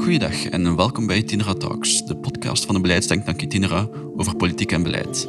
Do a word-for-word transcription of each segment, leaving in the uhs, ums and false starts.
Goeiedag en welkom bij Itinera Talks, de podcast van de beleidsdenktank Itinera over politiek en beleid.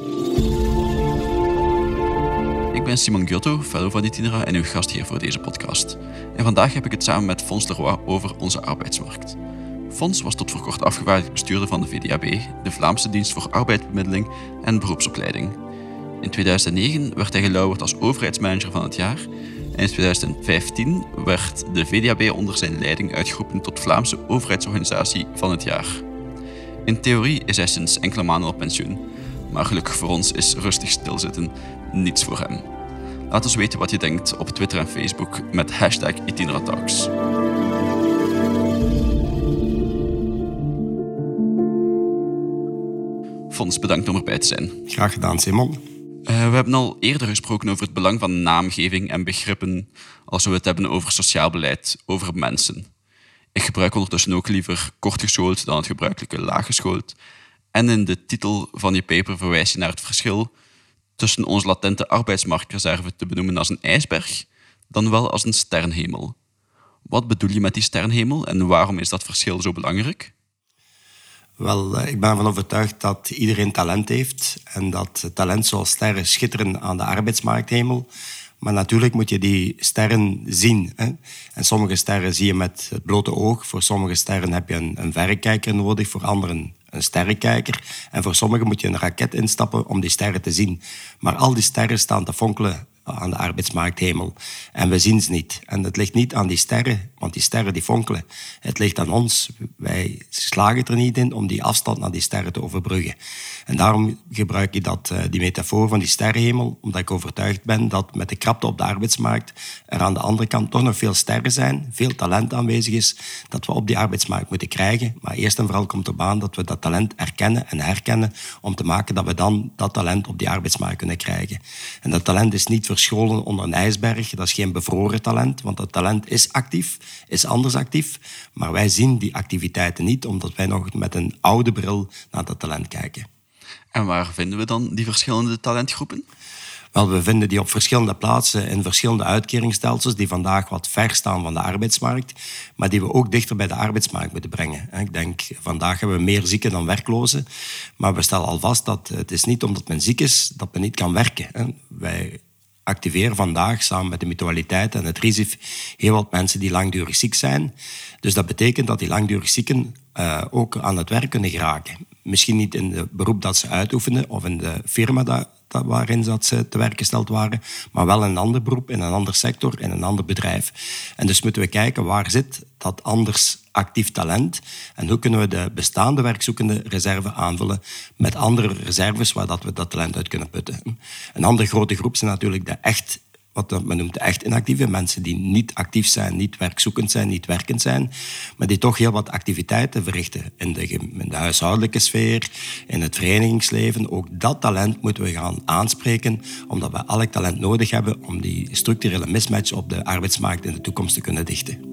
Ik ben Simon Giotto, fellow van Itinera en uw gastheer voor deze podcast. En vandaag heb ik het samen met Fons Leroy over onze arbeidsmarkt. Fons was tot voor kort afgevaardigd bestuurder van de V D A B, de Vlaamse dienst voor arbeidsbemiddeling en beroepsopleiding. In tweeduizend negen werd hij gelauwerd als overheidsmanager van het jaar en in tweeduizend vijftien werd de V D A B onder zijn leiding uitgeroepen tot Vlaamse overheidsorganisatie van het jaar. In theorie is hij sinds enkele maanden op pensioen, maar gelukkig voor ons is rustig stilzitten niets voor hem. Laat ons weten wat je denkt op Twitter en Facebook met hashtag ItineraTalks. Fons, bedankt om erbij te zijn. Graag gedaan, Simon. Uh, we hebben al eerder gesproken over het belang van naamgeving en begrippen als we het hebben over sociaal beleid, over mensen. Ik gebruik ondertussen ook liever kortgeschoold dan het gebruikelijke laaggeschoold. En in de titel van je paper verwijs je naar het verschil tussen onze latente arbeidsmarktreserve te benoemen als een ijsberg, dan wel als een sterrenhemel. Wat bedoel je met die sterrenhemel en waarom is dat verschil zo belangrijk? Wel, ik ben ervan overtuigd dat iedereen talent heeft en dat talent zoals sterren schitteren aan de arbeidsmarkthemel. Maar natuurlijk moet je die sterren zien. Hè? En sommige sterren zie je met het blote oog. Voor sommige sterren heb je een, een verrekijker nodig, voor anderen een sterrenkijker. En voor sommigen moet je een raket instappen om die sterren te zien. Maar al die sterren staan te fonkelen aan de arbeidsmarkthemel. En we zien ze niet. En het ligt niet aan die sterren, want die sterren die fonkelen. Het ligt aan ons. Wij slagen er niet in om die afstand naar die sterren te overbruggen. En daarom gebruik ik dat, die metafoor van die sterrenhemel, omdat ik overtuigd ben dat met de krapte op de arbeidsmarkt er aan de andere kant toch nog veel sterren zijn, veel talent aanwezig is, dat we op die arbeidsmarkt moeten krijgen. Maar eerst en vooral komt het op aan dat we dat talent erkennen en herkennen om te maken dat we dan dat talent op die arbeidsmarkt kunnen krijgen. En dat talent is niet verscholen onder een ijsberg. Dat is geen bevroren talent, want dat talent is actief, is anders actief. Maar wij zien die activiteiten niet, omdat wij nog met een oude bril naar dat talent kijken. En waar vinden we dan die verschillende talentgroepen? Wel, we vinden die op verschillende plaatsen in verschillende uitkeringsstelsels die vandaag wat ver staan van de arbeidsmarkt, maar die we ook dichter bij de arbeidsmarkt moeten brengen. Ik denk, vandaag hebben we meer zieken dan werklozen, maar we stellen al vast dat het is niet omdat men ziek is dat men niet kan werken. Wij activeren vandaag samen met de mutualiteit en het R I S I F heel wat mensen die langdurig ziek zijn. Dus dat betekent dat die langdurig zieken uh, ook aan het werk kunnen geraken. Misschien niet in het beroep dat ze uitoefenen of in de firma dat, dat waarin dat ze te werk gesteld waren, maar wel in een ander beroep, in een ander sector, in een ander bedrijf. En dus moeten we kijken waar zit dat anders actief talent en hoe kunnen we de bestaande werkzoekende reserve aanvullen met andere reserves waar dat we dat talent uit kunnen putten. Een andere grote groep zijn natuurlijk de echt, wat men noemt de echt inactieve mensen die niet actief zijn, niet werkzoekend zijn, niet werkend zijn, maar die toch heel wat activiteiten verrichten in de, in de huishoudelijke sfeer, in het verenigingsleven. Ook dat talent moeten we gaan aanspreken, omdat we elk talent nodig hebben om die structurele mismatch op de arbeidsmarkt in de toekomst te kunnen dichten.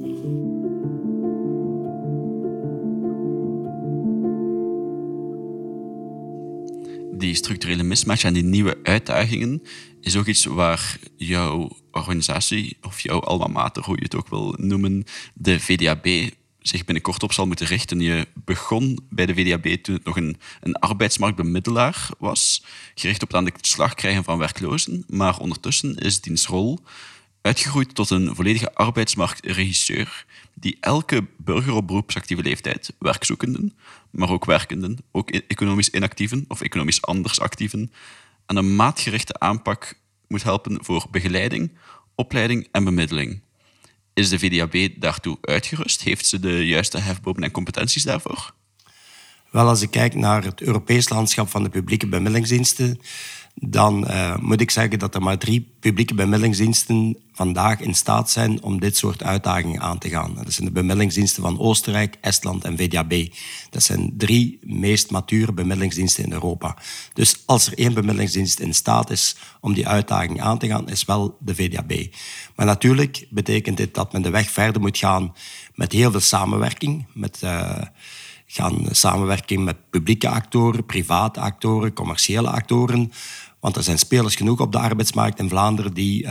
Die structurele mismatch en die nieuwe uitdagingen is ook iets waar jouw organisatie, of jouw alma mater, hoe je het ook wil noemen, de V D A B zich binnenkort op zal moeten richten. Je begon bij de V D A B toen het nog een, een arbeidsmarktbemiddelaar was, gericht op het aan de slag krijgen van werklozen, maar ondertussen is diens rol uitgegroeid tot een volledige arbeidsmarktregisseur die elke burger op beroepsactieve leeftijd, werkzoekenden, maar ook werkenden, ook economisch inactieven of economisch anders actieven, aan een maatgerichte aanpak moet helpen voor begeleiding, opleiding en bemiddeling. Is de V D A B daartoe uitgerust? Heeft ze de juiste hefbomen en competenties daarvoor? Wel, als ik kijk naar het Europees landschap van de publieke bemiddelingsdiensten, dan uh, moet ik zeggen dat er maar drie publieke bemiddelingsdiensten vandaag in staat zijn om dit soort uitdagingen aan te gaan. Dat zijn de bemiddelingsdiensten van Oostenrijk, Estland en V D A B. Dat zijn drie meest mature bemiddelingsdiensten in Europa. Dus als er één bemiddelingsdienst in staat is om die uitdaging aan te gaan, is wel de V D A B. Maar natuurlijk betekent dit dat men de weg verder moet gaan met heel veel samenwerking, met Uh, gaan samenwerking met publieke actoren, private actoren, commerciële actoren. Want er zijn spelers genoeg op de arbeidsmarkt in Vlaanderen die uh,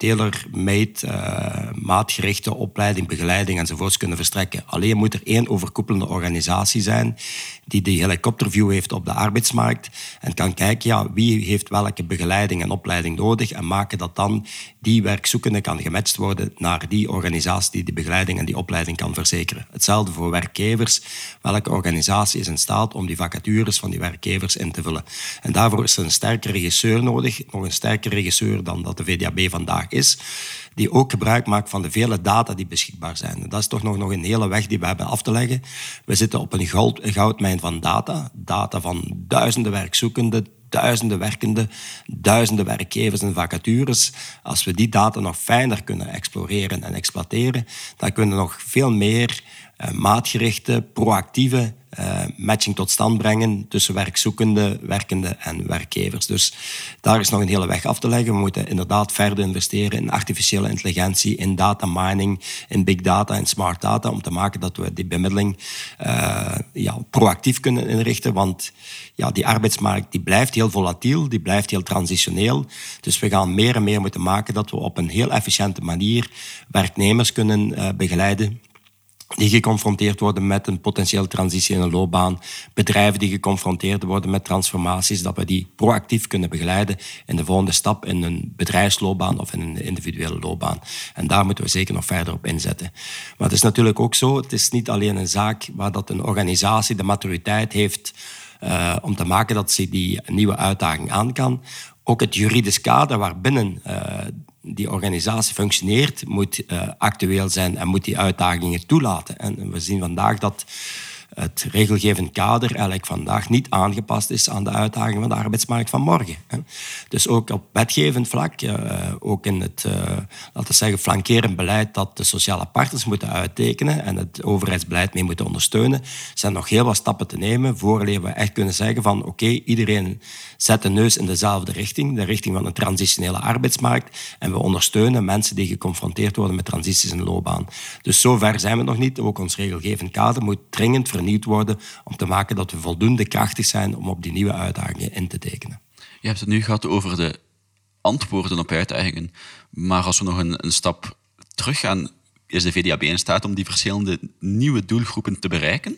tailor-made, uh, maatgerichte opleiding, begeleiding enzovoorts kunnen verstrekken. Alleen moet er één overkoepelende organisatie zijn die die helikopterview heeft op de arbeidsmarkt en kan kijken, ja, wie heeft welke begeleiding en opleiding nodig en maken dat dan die werkzoekende kan gematcht worden naar die organisatie die die begeleiding en die opleiding kan verzekeren. Hetzelfde voor werkgevers. Welke organisatie is in staat om die vacatures van die werkgevers in te vullen? En daarvoor is er een sterke regisseur nodig, nog een sterke regisseur dan dat de V D A B vandaag is, die ook gebruik maakt van de vele data die beschikbaar zijn. En dat is toch nog, nog een hele weg die we hebben af te leggen. We zitten op een, goud, een goudmijn van data. Data van duizenden werkzoekenden, duizenden werkenden, duizenden werkgevers en vacatures. Als we die data nog fijner kunnen exploreren en exploiteren, dan kunnen we nog veel meer uh, maatgerichte, proactieve uh, matching tot stand brengen tussen werkzoekenden, werkenden en werkgevers. Dus daar is nog een hele weg af te leggen. We moeten inderdaad verder investeren in artificiële intelligentie, in data mining, in big data en smart data, om te maken dat we die bemiddeling uh, ja, proactief kunnen inrichten. Want ja, die arbeidsmarkt die blijft heel volatiel, die blijft heel transitioneel. Dus we gaan meer en meer moeten maken dat we op een heel efficiënte manier werknemers kunnen uh, begeleiden die geconfronteerd worden met een potentiële transitie in een loopbaan, bedrijven die geconfronteerd worden met transformaties, dat we die proactief kunnen begeleiden in de volgende stap in een bedrijfsloopbaan of in een individuele loopbaan. En daar moeten we zeker nog verder op inzetten. Maar het is natuurlijk ook zo, het is niet alleen een zaak waar dat een organisatie de maturiteit heeft uh, om te maken dat ze die nieuwe uitdaging aan kan. Ook het juridisch kader waarbinnen uh, die organisatie functioneert, moet uh, actueel zijn en moet die uitdagingen toelaten. En we zien vandaag dat het regelgevend kader eigenlijk vandaag niet aangepast is aan de uitdagingen van de arbeidsmarkt van morgen. Dus ook op wetgevend vlak, ook in het, laten we zeggen, flankerend beleid dat de sociale partners moeten uittekenen en het overheidsbeleid mee moeten ondersteunen, zijn nog heel wat stappen te nemen voordat we echt kunnen zeggen van oké, okay, iedereen zet de neus in dezelfde richting, de richting van een transitionele arbeidsmarkt, en we ondersteunen mensen die geconfronteerd worden met transities in de loopbaan. Dus zover zijn we nog niet. Ook ons regelgevend kader moet dringend vernieuwd worden om te maken dat we voldoende krachtig zijn om op die nieuwe uitdagingen in te tekenen. Je hebt het nu gehad over de antwoorden op uitdagingen, maar als we nog een, een stap teruggaan, is de V D A B in staat om die verschillende nieuwe doelgroepen te bereiken?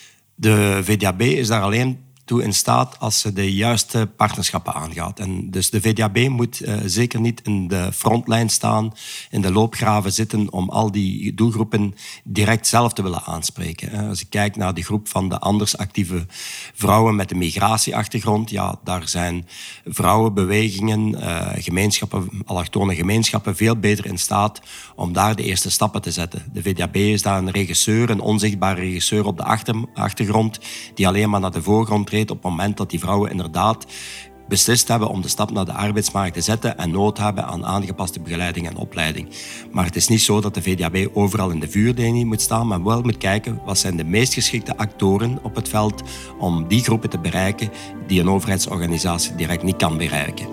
De V D A B is daar alleen toe in staat als ze de juiste partnerschappen aangaat. En dus de V D A B moet uh, zeker niet in de frontlijn staan, in de loopgraven zitten om al die doelgroepen direct zelf te willen aanspreken. Als ik kijk naar de groep van de anders actieve vrouwen met een migratieachtergrond, ja, daar zijn vrouwenbewegingen, uh, gemeenschappen, allochtone gemeenschappen veel beter in staat om daar de eerste stappen te zetten. De V D A B is daar een regisseur, een onzichtbare regisseur op de achter, achtergrond, die alleen maar naar de voorgrond treedt op het moment dat die vrouwen inderdaad beslist hebben om de stap naar de arbeidsmarkt te zetten en nood hebben aan aangepaste begeleiding en opleiding. Maar het is niet zo dat de V D A B overal in de vuurlinie moet staan, maar wel moet kijken wat zijn de meest geschikte actoren op het veld om die groepen te bereiken die een overheidsorganisatie direct niet kan bereiken.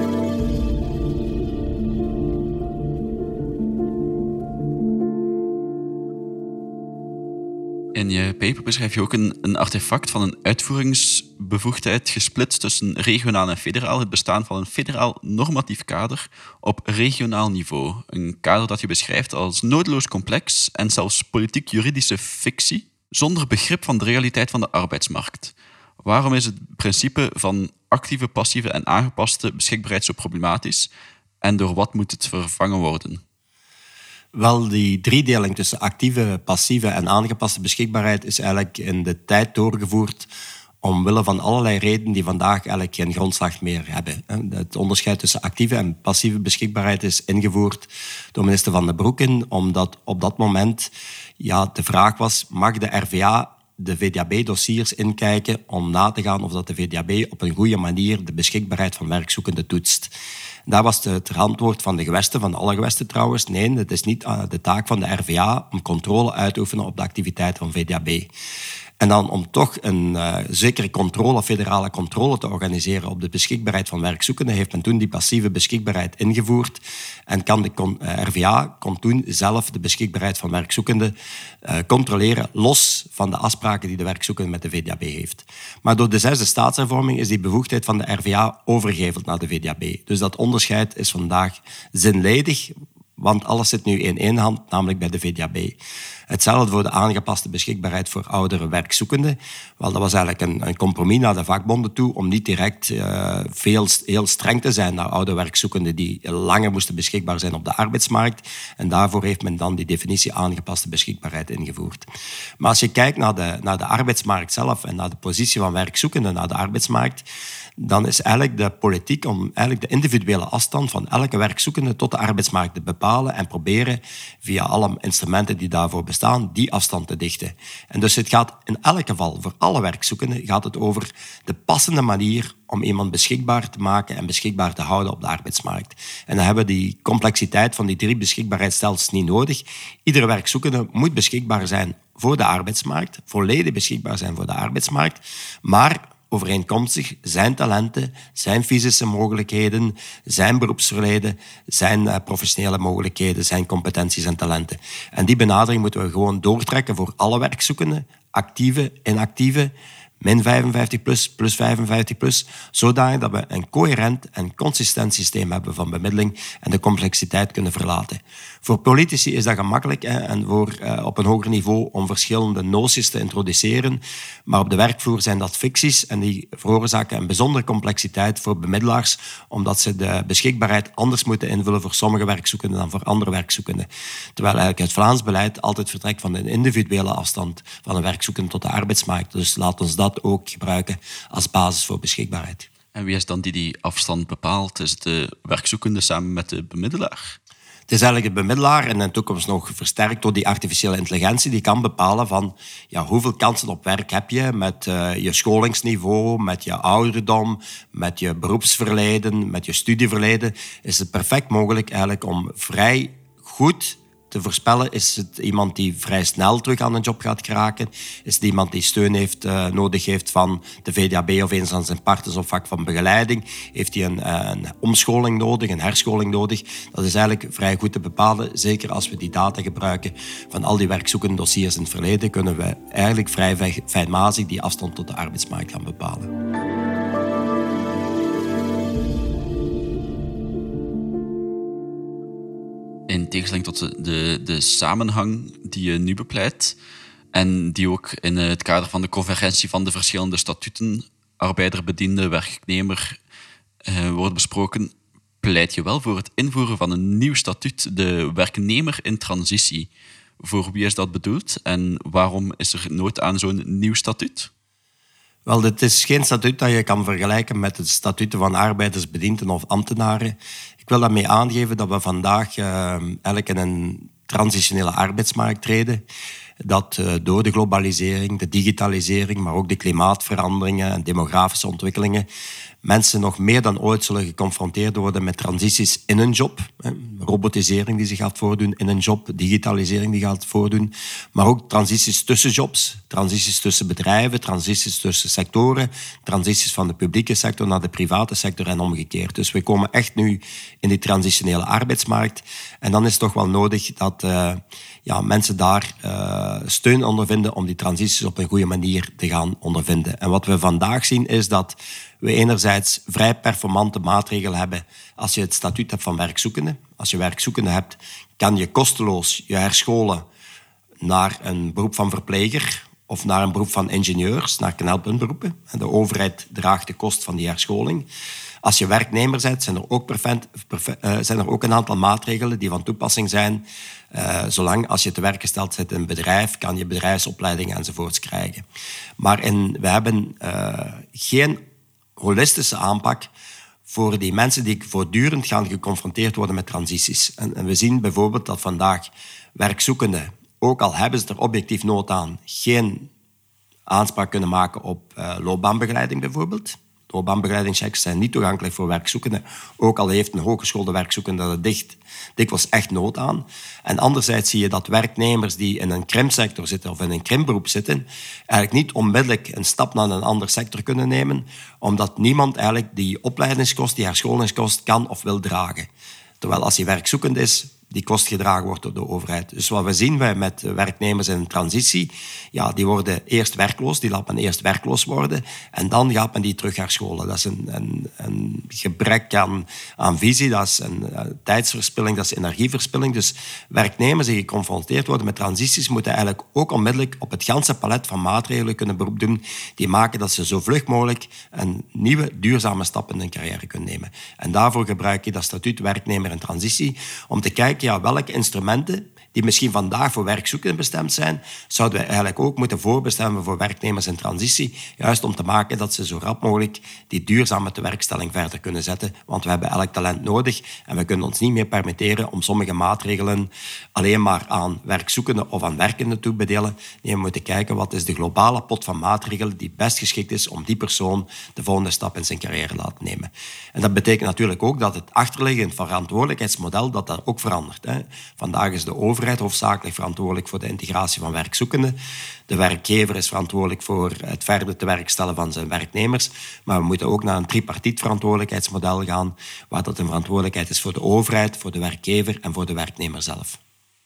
In je paper beschrijf je ook een, een artefact van een uitvoeringsbevoegdheid gesplitst tussen regionaal en federaal. Het bestaan van een federaal normatief kader op regionaal niveau. Een kader dat je beschrijft als nodeloos complex en zelfs politiek-juridische fictie, zonder begrip van de realiteit van de arbeidsmarkt. Waarom is het principe van actieve, passieve en aangepaste beschikbaarheid zo problematisch? En door wat moet het vervangen worden? Wel, die driedeling tussen actieve, passieve en aangepaste beschikbaarheid is eigenlijk in de tijd doorgevoerd omwille van allerlei redenen die vandaag eigenlijk geen grondslag meer hebben. Het onderscheid tussen actieve en passieve beschikbaarheid is ingevoerd door minister Van den Broeke, omdat op dat moment ja, de vraag was, mag de R V A de V D A B-dossiers inkijken om na te gaan of dat de V D A B op een goede manier de beschikbaarheid van werkzoekenden toetst. Daar was het antwoord van de gewesten, van alle gewesten trouwens, nee, het is niet de taak van de R V A om controle uit te oefenen op de activiteit van V D A B. En dan om toch een uh, zekere controle, federale controle te organiseren op de beschikbaarheid van werkzoekenden, heeft men toen die passieve beschikbaarheid ingevoerd. En kan de con- uh, R V A kon toen zelf de beschikbaarheid van werkzoekenden uh, controleren, los van de afspraken die de werkzoekende met de V D A B heeft. Maar door de zesde staatshervorming is die bevoegdheid van de R V A overgeheveld naar de V D A B. Dus dat onderscheid is vandaag zinledig, want alles zit nu in één hand, namelijk bij de V D A B. Hetzelfde voor de aangepaste beschikbaarheid voor oudere werkzoekenden. Wel, dat was eigenlijk een, een compromis naar de vakbonden toe om niet direct uh, veel, heel streng te zijn naar oude werkzoekenden die langer moesten beschikbaar zijn op de arbeidsmarkt. En daarvoor heeft men dan die definitie aangepaste beschikbaarheid ingevoerd. Maar als je kijkt naar de, naar de arbeidsmarkt zelf en naar de positie van werkzoekenden naar de arbeidsmarkt, dan is eigenlijk de politiek om eigenlijk de individuele afstand van elke werkzoekende tot de arbeidsmarkt te bepalen en proberen via alle instrumenten die daarvoor bestaan, die afstand te dichten. En dus het gaat in elk geval, voor alle werkzoekenden, gaat het over de passende manier om iemand beschikbaar te maken en beschikbaar te houden op de arbeidsmarkt. En dan hebben we die complexiteit van die drie beschikbaarheidsstelsels niet nodig. Iedere werkzoekende moet beschikbaar zijn voor de arbeidsmarkt, volledig beschikbaar zijn voor de arbeidsmarkt, maar overeenkomstig zijn talenten, zijn fysische mogelijkheden, zijn beroepsverleden, zijn uh, professionele mogelijkheden, zijn competenties en talenten. En die benadering moeten we gewoon doortrekken voor alle werkzoekenden, actieve, inactieve, min vijfenvijftig plus, plus vijfenvijftig plus, zodanig dat we een coherent en consistent systeem hebben van bemiddeling en de complexiteit kunnen verlaten. Voor politici is dat gemakkelijk hè, en voor, uh, op een hoger niveau om verschillende noties te introduceren, maar op de werkvloer zijn dat ficties en die veroorzaken een bijzondere complexiteit voor bemiddelaars, omdat ze de beschikbaarheid anders moeten invullen voor sommige werkzoekenden dan voor andere werkzoekenden. Terwijl eigenlijk het Vlaams beleid altijd vertrekt van de individuele afstand van een werkzoekende tot de arbeidsmarkt. Dus laat ons dat ook gebruiken als basis voor beschikbaarheid. En wie is dan die die afstand bepaalt? Is het de werkzoekende samen met de bemiddelaar? Het is eigenlijk de bemiddelaar en in de toekomst nog versterkt door die artificiële intelligentie die kan bepalen van ja, hoeveel kansen op werk heb je met uh, je scholingsniveau, met je ouderdom, met je beroepsverleden, met je studieverleden. Is het perfect mogelijk eigenlijk om vrij goed te voorspellen. Is het iemand die vrij snel terug aan een job gaat geraken? Is het iemand die steun heeft, uh, nodig heeft van de V D A B of een van zijn partners op vlak van begeleiding? Heeft hij een, een omscholing nodig, een herscholing nodig? Dat is eigenlijk vrij goed te bepalen. Zeker als we die data gebruiken van al die werkzoekende dossiers in het verleden, kunnen we eigenlijk vrij fijnmazig die afstand tot de arbeidsmarkt gaan bepalen. In tegenstelling tot de, de, de samenhang die je nu bepleit en die ook in het kader van de convergentie van de verschillende statuten, arbeider, bediende, werknemer, eh, wordt besproken, pleit je wel voor het invoeren van een nieuw statuut, de werknemer in transitie. Voor wie is dat bedoeld en waarom is er nood aan zo'n nieuw statuut? Wel, dit is geen statuut dat je kan vergelijken met de statuten van arbeiders, bedienden of ambtenaren. Ik wil daarmee aangeven dat we vandaag uh, eigenlijk in een transitionele arbeidsmarkt treden. Dat uh, door de globalisering, de digitalisering, maar ook de klimaatveranderingen en demografische ontwikkelingen mensen nog meer dan ooit zullen geconfronteerd worden met transities in hun job. Robotisering die zich gaat voordoen in een job, digitalisering die gaat voordoen. Maar ook transities tussen jobs, transities tussen bedrijven, transities tussen sectoren, transities van de publieke sector naar de private sector en omgekeerd. Dus we komen echt nu in die transitionele arbeidsmarkt. En dan is het toch wel nodig dat uh, ja, mensen daar uh, steun ondervinden om die transities op een goede manier te gaan ondervinden. En wat we vandaag zien is dat we enerzijds vrij performante maatregelen hebben als je het statuut hebt van werkzoekende. Als je werkzoekende hebt, kan je kosteloos je herscholen naar een beroep van verpleger of naar een beroep van ingenieurs, naar knelpuntberoepen. En de overheid draagt de kost van die herscholing. Als je werknemer bent, zijn er ook, perfect, perfect, uh, zijn er ook een aantal maatregelen die van toepassing zijn. Uh, zolang als je te werk gesteld zit in een bedrijf, kan je bedrijfsopleidingen enzovoorts krijgen. Maar in, we hebben uh, geen holistische aanpak voor die mensen die voortdurend gaan geconfronteerd worden met transities. En, en we zien bijvoorbeeld dat vandaag werkzoekenden, ook al hebben ze er objectief nood aan, geen aanspraak kunnen maken op uh, loopbaanbegeleiding bijvoorbeeld. Loopbaanbegeleidingschecks zijn niet toegankelijk voor werkzoekenden. Ook al heeft een hooggeschoolde werkzoekende er dicht, dikwijls echt nood aan. En anderzijds zie je dat werknemers die in een krimpsector zitten of in een krimpberoep zitten, eigenlijk niet onmiddellijk een stap naar een andere sector kunnen nemen, omdat niemand eigenlijk die opleidingskost, die herscholingskost kan of wil dragen. Terwijl als hij werkzoekend is, die kost gedragen wordt door de overheid. Dus wat we zien wij met werknemers in transitie, ja, die worden eerst werkloos, die laat men eerst werkloos worden en dan gaat men die terug herscholen. Dat is een, een, een gebrek aan, aan visie, dat is een uh, tijdsverspilling, dat is energieverspilling. Dus werknemers die geconfronteerd worden met transities moeten eigenlijk ook onmiddellijk op het ganse palet van maatregelen kunnen beroep doen die maken dat ze zo vlug mogelijk een nieuwe, duurzame stap in hun carrière kunnen nemen. En daarvoor gebruik je dat statuut werknemer in transitie om te kijken ja, welke instrumenten die misschien vandaag voor werkzoekenden bestemd zijn, zouden we eigenlijk ook moeten voorbestemmen voor werknemers in transitie, juist om te maken dat ze zo rap mogelijk die duurzame tewerkstelling verder kunnen zetten. Want we hebben elk talent nodig en we kunnen ons niet meer permitteren om sommige maatregelen alleen maar aan werkzoekenden of aan werkenden toe te bedelen. Nee, we moeten kijken wat is de globale pot van maatregelen die best geschikt is om die persoon de volgende stap in zijn carrière te laten nemen. En dat betekent natuurlijk ook dat het achterliggend verantwoordelijkheidsmodel dat dat ook verandert. Hè. Vandaag is de overheid hoofdzakelijk verantwoordelijk voor de integratie van werkzoekenden. De werkgever is verantwoordelijk voor het verder te werk stellen van zijn werknemers. Maar we moeten ook naar een tripartiet verantwoordelijkheidsmodel gaan, waar dat een verantwoordelijkheid is voor de overheid, voor de werkgever en voor de werknemer zelf.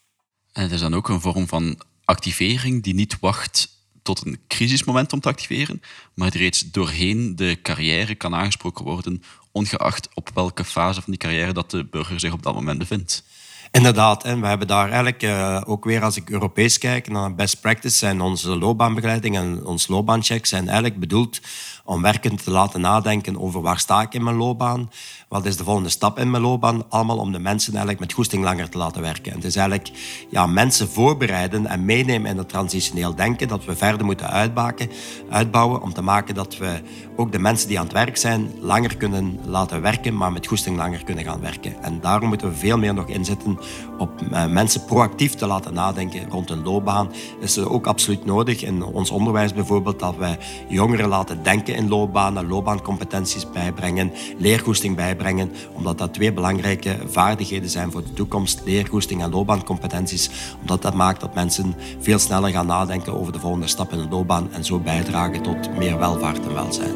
En het is dan ook een vorm van activering die niet wacht tot een crisismoment om te activeren, maar die reeds doorheen de carrière kan aangesproken worden, ongeacht op welke fase van die carrière dat de burger zich op dat moment bevindt. Inderdaad, en we hebben daar eigenlijk uh, ook weer, als ik Europees kijk naar best practice, zijn onze loopbaanbegeleiding en ons loopbaancheck zijn eigenlijk bedoeld om werkenden te laten nadenken over waar sta ik in mijn loopbaan, wat is de volgende stap in mijn loopbaan, allemaal om de mensen eigenlijk met goesting langer te laten werken. En het is eigenlijk ja, mensen voorbereiden en meenemen in het transitioneel denken dat we verder moeten uitbaken, uitbouwen om te maken dat we ook de mensen die aan het werk zijn langer kunnen laten werken, maar met goesting langer kunnen gaan werken. En daarom moeten we veel meer nog inzetten op uh, mensen proactief te laten nadenken rond hun loopbaan. Dat is ook absoluut nodig in ons onderwijs bijvoorbeeld, dat wij jongeren laten denken in loopbanen, loopbaancompetenties bijbrengen, leergoesting bijbrengen, omdat dat twee belangrijke vaardigheden zijn voor de toekomst, leergoesting en loopbaancompetenties, omdat dat maakt dat mensen veel sneller gaan nadenken over de volgende stap in de loopbaan en zo bijdragen tot meer welvaart en welzijn.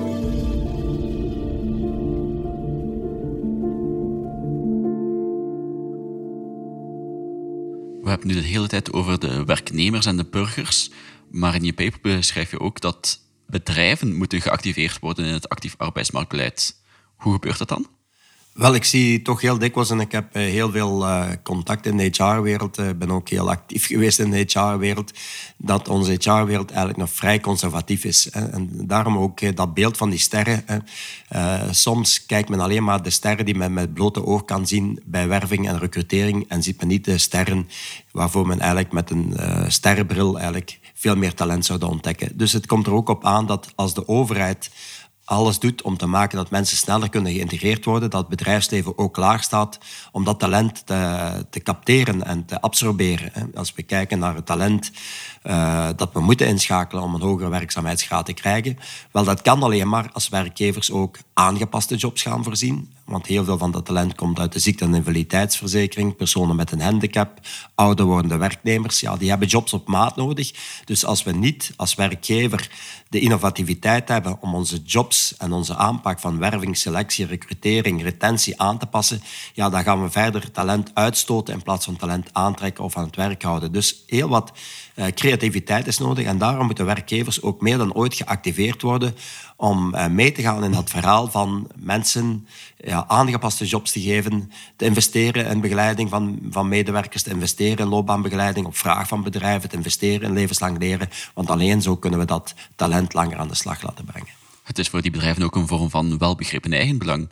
We hebben nu de hele tijd over de werknemers en de burgers, maar in je paper beschrijf je ook dat bedrijven moeten geactiveerd worden in het actief arbeidsmarktbeleid. Hoe gebeurt dat dan? Wel, ik zie toch heel dikwijls, en ik heb heel veel uh, contact in de H R-wereld, ik uh, ben ook heel actief geweest in de H R-wereld, dat onze H R-wereld eigenlijk nog vrij conservatief is. Hè. En daarom ook uh, dat beeld van die sterren. Hè. Uh, soms kijkt men alleen maar de sterren die men met blote oog kan zien bij werving en recrutering en ziet men niet de sterren waarvoor men eigenlijk met een uh, sterrenbril eigenlijk veel meer talent zou ontdekken. Dus het komt er ook op aan dat als de overheid alles doet om te maken dat mensen sneller kunnen geïntegreerd worden, dat het bedrijfsleven ook klaar staat om dat talent te, te capteren en te absorberen. Als we kijken naar het talent uh, dat we moeten inschakelen om een hogere werkzaamheidsgraad te krijgen, wel, dat kan alleen maar als werkgevers ook aangepaste jobs gaan voorzien. Want heel veel van dat talent komt uit de ziekte- en invaliditeitsverzekering, personen met een handicap, ouder wordende werknemers, ja, die hebben jobs op maat nodig. Dus als we niet als werkgever de innovativiteit hebben om onze jobs en onze aanpak van werving, selectie, recrutering, retentie aan te passen, ja, dan gaan we verder talent uitstoten in plaats van talent aantrekken of aan het werk houden. Dus heel wat uh, creativiteit is nodig en daarom moeten werkgevers ook meer dan ooit geactiveerd worden om uh, mee te gaan in dat verhaal van mensen ja, aangepaste jobs te geven, te investeren in begeleiding van, van medewerkers, te investeren in loopbaanbegeleiding op vraag van bedrijven, te investeren in levenslang leren, want alleen zo kunnen we dat talent langer aan de slag laten brengen. Het is voor die bedrijven ook een vorm van welbegrepen eigenbelang.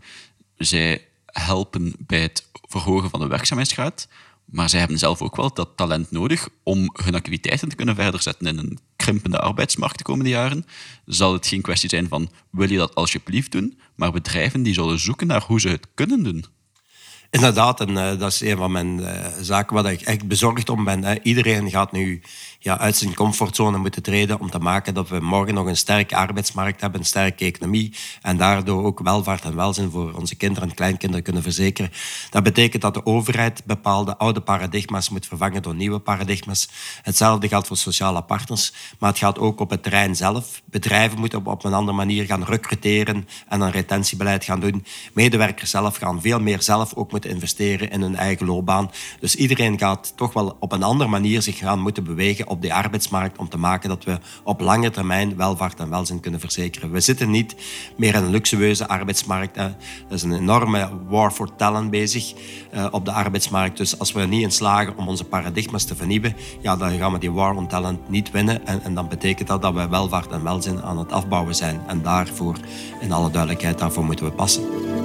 Zij helpen bij het verhogen van de werkzaamheidsgraad, maar zij hebben zelf ook wel dat talent nodig om hun activiteiten te kunnen verder zetten in een krimpende arbeidsmarkt de komende jaren. Zal het geen kwestie zijn van, wil je dat alsjeblieft doen, maar bedrijven die zullen zoeken naar hoe ze het kunnen doen. Inderdaad, en uh, dat is een van mijn uh, zaken waar ik echt bezorgd om ben. Hè. Iedereen gaat nu ja, uit zijn comfortzone moeten treden om te maken dat we morgen nog een sterke arbeidsmarkt hebben, een sterke economie en daardoor ook welvaart en welzijn voor onze kinderen en kleinkinderen kunnen verzekeren. Dat betekent dat de overheid bepaalde oude paradigma's moet vervangen door nieuwe paradigma's. Hetzelfde geldt voor sociale partners, maar het gaat ook op het terrein zelf. Bedrijven moeten op, op een andere manier gaan recruteren en een retentiebeleid gaan doen. Medewerkers zelf gaan veel meer zelf ook moeten investeren in hun eigen loopbaan. Dus iedereen gaat toch wel op een andere manier zich gaan moeten bewegen op de arbeidsmarkt om te maken dat we op lange termijn welvaart en welzijn kunnen verzekeren. We zitten niet meer in een luxueuze arbeidsmarkt. Hè. Er is een enorme war for talent bezig uh, op de arbeidsmarkt. Dus als we er niet in slagen om onze paradigma's te vernieuwen, ja, dan gaan we die war on talent niet winnen. En, en dan betekent dat dat we welvaart en welzijn aan het afbouwen zijn. En daarvoor, in alle duidelijkheid, daarvoor moeten we passen.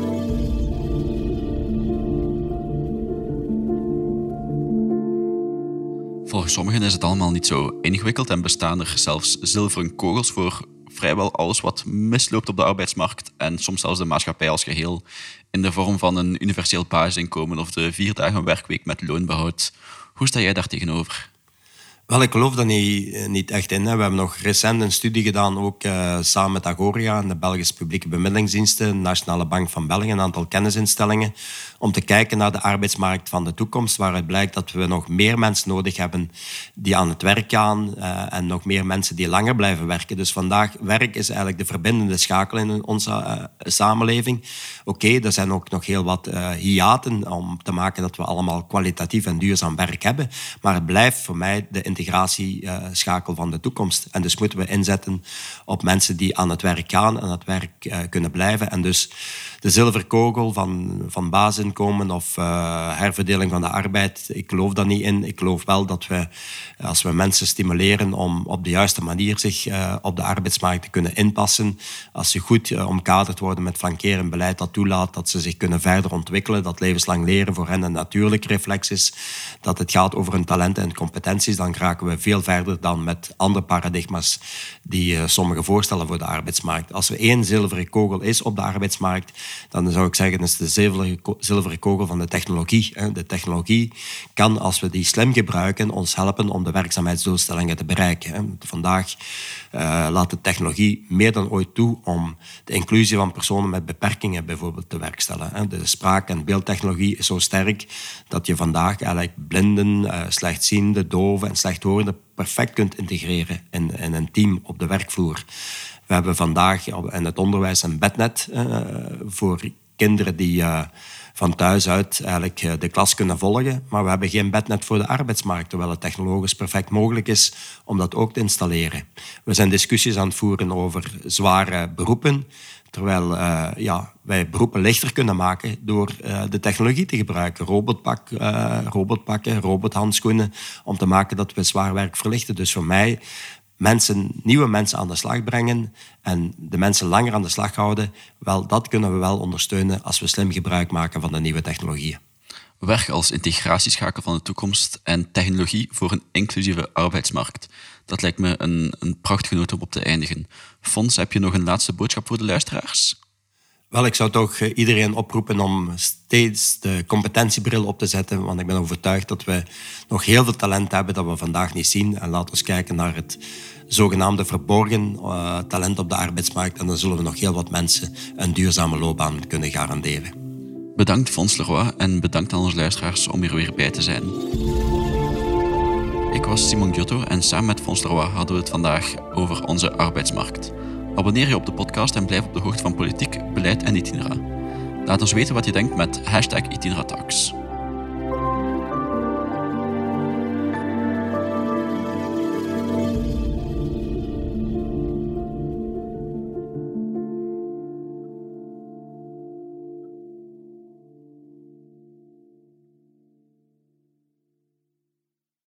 Volgens sommigen is het allemaal niet zo ingewikkeld en bestaan er zelfs zilveren kogels voor vrijwel alles wat misloopt op de arbeidsmarkt en soms zelfs de maatschappij als geheel in de vorm van een universeel basisinkomen of de vier dagen werkweek met loonbehoud. Hoe sta jij daar tegenover? Wel, ik geloof daar niet, niet echt in. Hè. We hebben nog recent een studie gedaan, ook uh, samen met Agoria en de Belgische Publieke Bemiddelingsdiensten, de Nationale Bank van België, een aantal kennisinstellingen, om te kijken naar de arbeidsmarkt van de toekomst, waaruit blijkt dat we nog meer mensen nodig hebben die aan het werk gaan uh, en nog meer mensen die langer blijven werken. Dus vandaag, werk is eigenlijk de verbindende schakel in onze uh, samenleving. Oké, okay, er zijn ook nog heel wat uh, hiaten om te maken dat we allemaal kwalitatief en duurzaam werk hebben, maar het blijft voor mij de integratieschakel van de toekomst. En dus moeten we inzetten op mensen die aan het werk gaan en aan het werk uh, kunnen blijven. En dus de zilveren kogel van, van basisinkomen of uh, herverdeling van de arbeid, ik geloof daar niet in. Ik geloof wel dat we, als we mensen stimuleren om op de juiste manier zich uh, op de arbeidsmarkt te kunnen inpassen, als ze goed uh, omkaderd worden met flankerend beleid dat toelaat dat ze zich kunnen verder ontwikkelen, dat levenslang leren voor hen een natuurlijk reflex is, dat het gaat over hun talenten en competenties, dan raken we veel verder dan met andere paradigma's die uh, sommigen voorstellen voor de arbeidsmarkt. Als er één zilveren kogel is op de arbeidsmarkt, dan zou ik zeggen, dat is de zilveren, zilveren kogel van de technologie. De technologie kan, als we die slim gebruiken, ons helpen om de werkzaamheidsdoelstellingen te bereiken. Vandaag uh, laat de technologie meer dan ooit toe om de inclusie van personen met beperkingen bijvoorbeeld te werkstellen. De spraak- en beeldtechnologie is zo sterk dat je vandaag eigenlijk blinden, slechtzienden, doven en slechthorenden perfect kunt integreren in, in een team op de werkvloer. We hebben vandaag in het onderwijs een bednet uh, voor kinderen die uh, van thuis uit eigenlijk uh, de klas kunnen volgen. Maar we hebben geen bednet voor de arbeidsmarkt, terwijl het technologisch perfect mogelijk is om dat ook te installeren. We zijn discussies aan het voeren over zware beroepen, terwijl uh, ja, wij beroepen lichter kunnen maken door uh, de technologie te gebruiken. Robotpak, uh, robotpakken, robothandschoenen, om te maken dat we zwaar werk verlichten. Dus voor mij, mensen, nieuwe mensen aan de slag brengen en de mensen langer aan de slag houden, wel, dat kunnen we wel ondersteunen als we slim gebruik maken van de nieuwe technologieën. Werk als integratieschakel van de toekomst en technologie voor een inclusieve arbeidsmarkt. Dat lijkt me een, een prachtige noot om op te eindigen. Fons, heb je nog een laatste boodschap voor de luisteraars? Wel, ik zou toch iedereen oproepen om steeds de competentiebril op te zetten, want ik ben overtuigd dat we nog heel veel talent hebben dat we vandaag niet zien. En laten we kijken naar het zogenaamde verborgen uh, talent op de arbeidsmarkt en dan zullen we nog heel wat mensen een duurzame loopbaan kunnen garanderen. Bedankt Fons Leroy en bedankt aan onze luisteraars om hier weer bij te zijn. Ik was Simon Giotto en samen met Fons Leroy hadden we het vandaag over onze arbeidsmarkt. Abonneer je op de podcast en blijf op de hoogte van politiek, beleid en Itinera. Laat ons weten wat je denkt met hashtag Itinera Talks.